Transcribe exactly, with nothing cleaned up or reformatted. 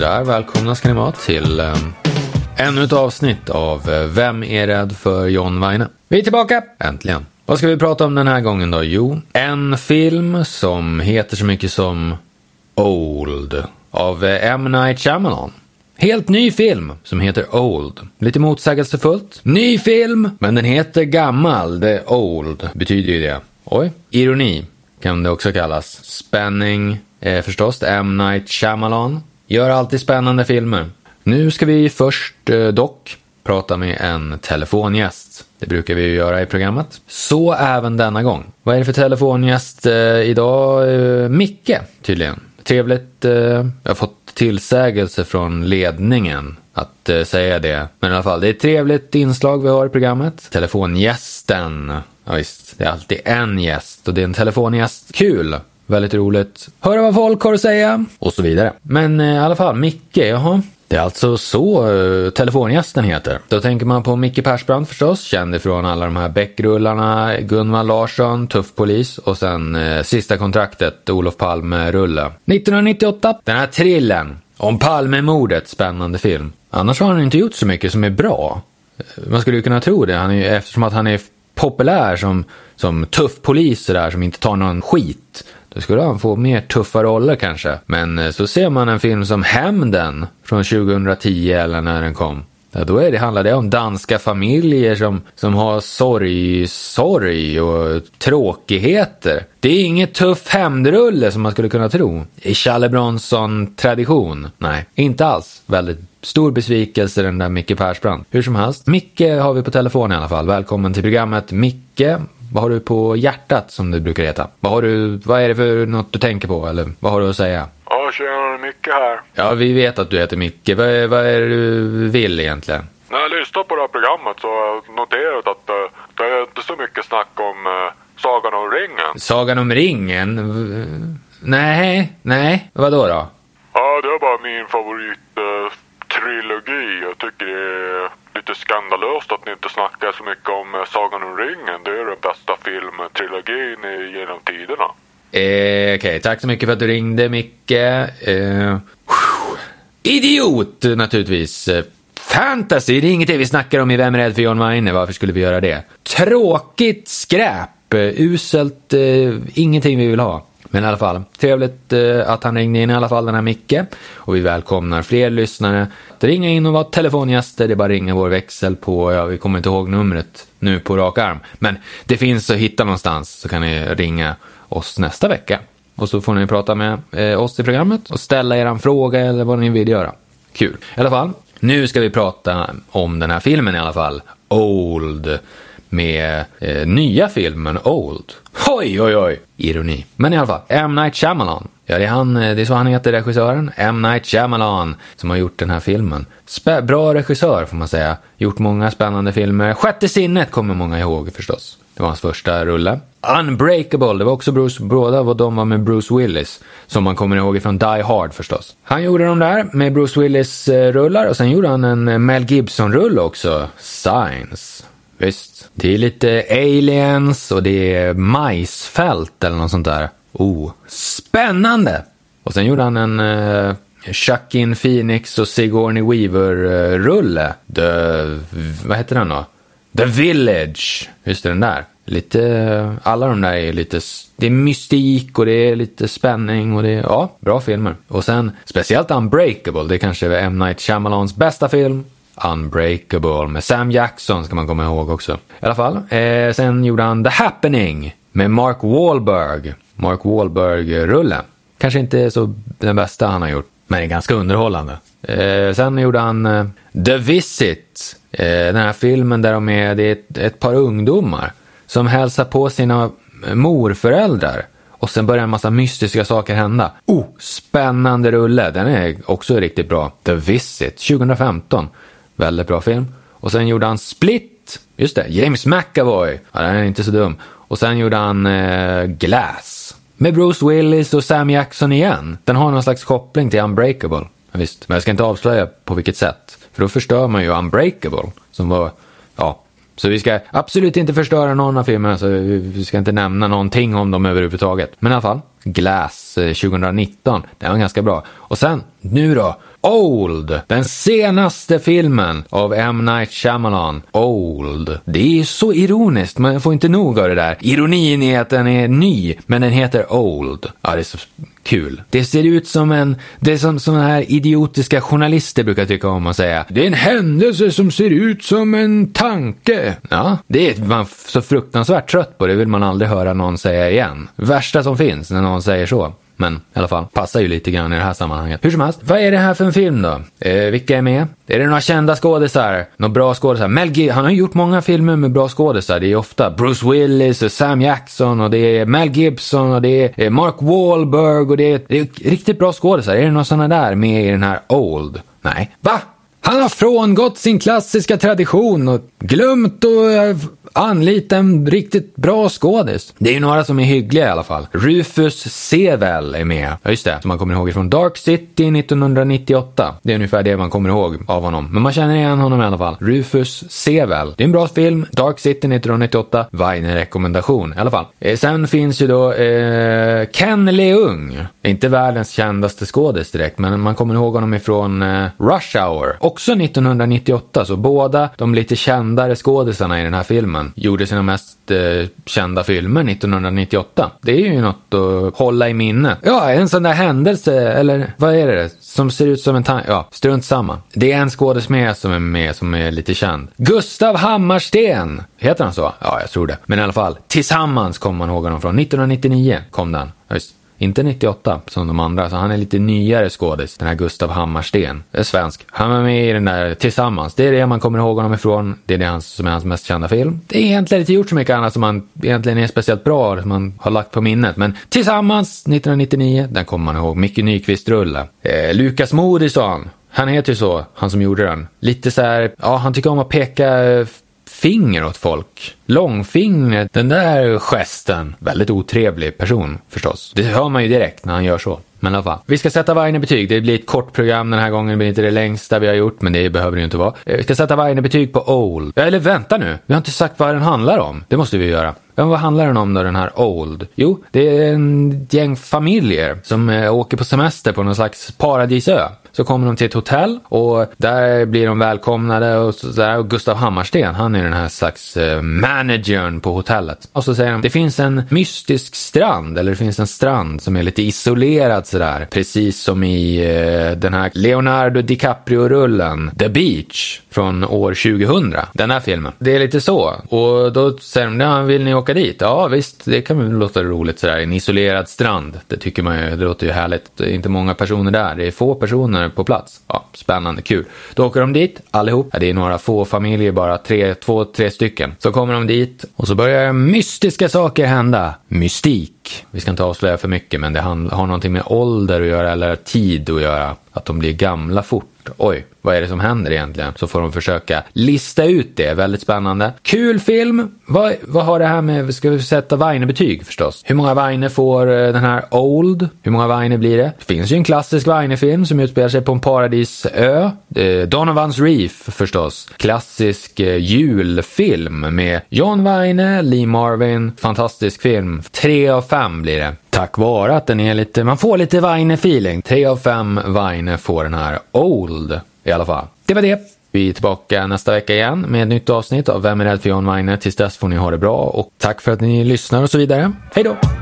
där, välkomna ska ni vara till eh, ännu ett avsnitt av eh, Vem är rädd för John Weine? Vi är tillbaka, äntligen. Vad ska vi prata om den här gången då? Jo, en film som heter så mycket som Old av eh, M. Night Shyamalan. Helt ny film som heter Old. Lite motsägelsefullt. Ny film, men den heter gammal. Det Old betyder ju det. Oj, ironi kan det också kallas. Spänning, eh, förstås. M. Night Shyamalan gör alltid spännande filmer. Nu ska vi först eh, dock prata med en telefongäst. Det brukar vi ju göra i programmet. Så även denna gång. Vad är det för telefongäst eh, idag? Eh, Micke, tydligen. Trevligt. Eh, jag har fått tillsägelse från ledningen att eh, säga det. Men i alla fall, det är ett trevligt inslag vi har i programmet. Telefongästen. Ja visst, det är alltid en gäst och det är en telefongäst. Kul! Väldigt roligt. Höra vad folk har att säga. Och så vidare. Men eh, i alla fall, Micke, jaha. Det är alltså så uh, telefongästen heter. Då tänker man på Micke Persbrandt förstås. Känd ifrån alla de här Bäckrullarna. Gunvald Larsson, Tuff polis. Och sen uh, Sista kontraktet, Olof Palme-rulle. nittonhundranittioåtta. Den här trillen om Palmemordet, spännande film. Annars har han inte gjort så mycket som är bra. Man skulle ju kunna tro det. Han är ju, eftersom att han är populär som, som tuff polis där, som inte tar någon skit. Då skulle han få mer tuffa roller kanske. Men så ser man en film som Hämnden från tjugohundratio eller när den kom. Ja, då är det, handlar det om danska familjer som, som har sorg, sorg och tråkigheter. Det är inget tuff hämndrulle som man skulle kunna tro. I Challe Bronson-tradition. Nej, inte alls. Väldigt stor besvikelse den där Micke Persbrandt. Hur som helst. Micke har vi på telefon i alla fall. Välkommen till programmet. Micke, vad har du på hjärtat som du brukar heta? Vad, har du, vad är det för något du tänker på? Eller vad har du att säga? Ja, tjena, Micke här. Ja, vi vet att du heter Micke. Vad är, vad är det du vill egentligen? När jag lyssnar på det här programmet så har jag noterat att uh, det är inte så mycket snack om uh, Sagan om ringen. Sagan om ringen? Nej, nej. Vad då då? Ja, det är bara min favorit uh, trilogi. Jag tycker det är lite skandalöst att ni inte snackar så mycket om uh, Sagan om ringen. Det är den bästa filmtrilogin genom tiderna. Eh, Okej, okay. Tack så mycket för att du ringde, Micke. Eh, idiot, naturligtvis. Fantasy, det är inget det vi snackar om i Vem är rädd för John Weine. Varför skulle vi göra det? Tråkigt skräp. Uselt, eh, ingenting vi vill ha. Men i alla fall, trevligt eh, att han ringde in i alla fall, den här Micke. Och vi välkomnar fler lyssnare att ringa in och vara telefongäster. Det är bara ringa vår växel på, ja, vi kommer inte ihåg numret nu på rak arm. Men det finns att hitta någonstans, så kan ni ringa oss nästa vecka. Och så får ni prata med eh, oss i programmet och ställa er en fråga eller vad ni vill göra. Kul. I alla fall, nu ska vi prata om den här filmen i alla fall. Old. Med eh, nya filmen Old. Oj, oj, oj. Ironi. Men i alla fall, M. Night Shyamalan. Ja, det är, han, det är så han heter, regissören. M. Night Shyamalan som har gjort den här filmen. Spä- bra regissör får man säga. Gjort många spännande filmer. Sjätte sinnet kommer många ihåg förstås. Det var hans första rulle. Unbreakable, det var också Bruce, båda var de var med Bruce Willis. Som man kommer ihåg från Die Hard förstås. Han gjorde de där med Bruce Willis eh, rullar. Och sen gjorde han en Mel Gibson-rull också. Signs. Visst. Det är lite aliens och det är majsfält eller något sånt där. Oh, spännande! Och sen gjorde han en uh, Joaquin Phoenix och Sigourney Weaver-rulle. Uh, The... Vad heter den då? The Village. Just det, den där. Lite... Alla de där är lite... Det är mystik och det är lite spänning och det är... Ja, bra filmer. Och sen, speciellt Unbreakable. Det är kanske M. Night Shyamalans bästa film. Unbreakable med Sam Jackson ska man komma ihåg också. I alla fall. Eh, sen gjorde han The Happening med Mark Wahlberg. Mark Wahlberg-rulle. Kanske inte så den bästa han har gjort, men är ganska underhållande. Eh, sen gjorde han eh, The Visit. Eh, den här filmen där de är, det är ett, ett par ungdomar som hälsar på sina morföräldrar. Och sen börjar en massa mystiska saker hända. Oh, spännande rulle. Den är också riktigt bra. The Visit, tjugohundrafemton. Väldigt bra film. Och sen gjorde han Split. Just det, James McAvoy. Ja, den är inte så dum. Och sen gjorde han eh, Glass. Med Bruce Willis och Sam Jackson igen. Den har någon slags koppling till Unbreakable. Ja, visst, men jag ska inte avslöja på vilket sätt. För då förstör man ju Unbreakable. Som var, ja... Så vi ska absolut inte förstöra någon av filmerna, så vi ska inte nämna någonting om dem överhuvudtaget. Men i alla fall, Glass tjugonitton. Den var ganska bra. Och sen, nu då, Old, den senaste filmen av M. Night Shyamalan. Old. Det är så ironiskt, man får inte nog av det där. Ironin är att den är ny, men den heter Old. Ja, det är så kul. Det ser ut som en, det är som såna här idiotiska journalister brukar tycka om att säga. Det är en händelse som ser ut som en tanke. Ja, det är man så fruktansvärt trött på, det vill man aldrig höra någon säga igen. Värsta som finns när någon säger så. Men i alla fall, passar ju lite grann i det här sammanhanget. Hur som helst, vad är det här för en film då? Eh, vilka är med? Är det några kända skådisar? Några bra skådisar? Mel Gibson, han har gjort många filmer med bra skådisar. Det är ofta Bruce Willis och Sam Jackson och det är Mel Gibson och det är Mark Wahlberg och det är, det är riktigt bra skådisar. Är det några sådana där med i den här Old? Nej. Va? Han har frångått sin klassiska tradition och glömt att anlita en riktigt bra skådis. Det är ju några som är hyggliga i alla fall. Rufus Sewell är med. Ja, just det. Som man kommer ihåg från Dark City nittonhundranittioåtta. Det är ungefär det man kommer ihåg av honom. Men man känner igen honom i alla fall. Rufus Sewell. Det är en bra film. Dark City nittonhundranittioåtta. Var en rekommendation i alla fall. Eh, sen finns ju då eh, Ken Leung. Inte världens kändaste skådis direkt. Men man kommer ihåg honom ifrån eh, Rush Hour. Också nittonhundranittioåtta. Så båda de lite kändare skådisarna i den här filmen gjorde sina mest eh, kända filmer nittonhundranittioåtta. Det är ju något att hålla i minne. Ja, en sån där händelse, eller vad är det? Som ser ut som en tanke. Ja, strunt samma. Det är en skådis med som är med som är lite känd. Gustav Hammarsten. Heter han så? Ja, jag tror det. Men i alla fall, Tillsammans kommer man ihåg honom från. nittonhundranittionio kom den. Just. Inte nittioåtta som de andra, så han är lite nyare skådis. Den här Gustav Hammarsten. Det är svensk. Han är med i den där Tillsammans. Det är det man kommer ihåg honom ifrån. Det är det hans, som är hans mest kända film. Det är egentligen inte gjort så mycket annat som man egentligen är speciellt bra, som man har lagt på minnet. Men Tillsammans nittonhundranittionio, den kommer man ihåg. Micke Nyqvist-rulle. Eh, Lukas Moodysson. Han heter ju så, han som gjorde den. Lite så här, ja, han tycker om att peka finger åt folk. Långfingret, den där gesten. Väldigt otrevlig person förstås. Det hör man ju direkt när han gör så. Men i alla fall. Vi ska sätta varje betyg. Det blir ett kort program den här gången. Det blir inte det längsta vi har gjort, men det behöver det ju inte vara. Vi ska sätta varje betyg på Old. Eller vänta nu. Vi har inte sagt vad den handlar om. Det måste vi göra. Men vad handlar den om då, den här Old? Jo, det är en gäng familjer som eh, åker på semester på någon slags paradisö. Så kommer de till ett hotell och där blir de välkomnade och sådär. Och Gustav Hammarsten, han är den här slags eh, managern på hotellet. Och så säger de, det finns en mystisk strand, eller det finns en strand som är lite isolerad sådär. Precis som i eh, den här Leonardo DiCaprio-rullen The Beach från år tjugohundra. Den här filmen. Det är lite så. Och då säger de, ja, vill ni åka dit? Ja, visst, det kan väl låta roligt sådär. En isolerad strand. Det tycker man ju, det låter ju härligt. Det är inte många personer där. Det är få personer på plats. Ja, spännande, kul. Då åker de dit, allihop. Ja, det är några få familjer, bara tre, två, tre stycken. Så kommer de dit och så börjar mystiska saker hända. Mystik. Vi ska inte avslöja för mycket, men det har någonting med ålder att göra eller tid att göra. Att de blir gamla fort. Oj, vad är det som händer egentligen? Så får de försöka lista ut det. Väldigt spännande. Kul film. Vad, vad har det här med, ska vi sätta Weine-betyg förstås? Hur många Weine får den här Old? Hur många Weine blir det? Det finns ju en klassisk Weine-film som utspelar sig på en paradisö. Donovan's Reef förstås. Klassisk julfilm med John Weine, Lee Marvin. Fantastisk film. Tre av fem blir det. Tack vare att den är lite, man får lite Weine-feeling. Tre av fem Weine får den här Old i alla fall. Det var det. Vi är tillbaka nästa vecka igen med ett nytt avsnitt av Vem är rädd för John Weine. Tills dess får ni ha det bra och tack för att ni lyssnar och så vidare. Hej då!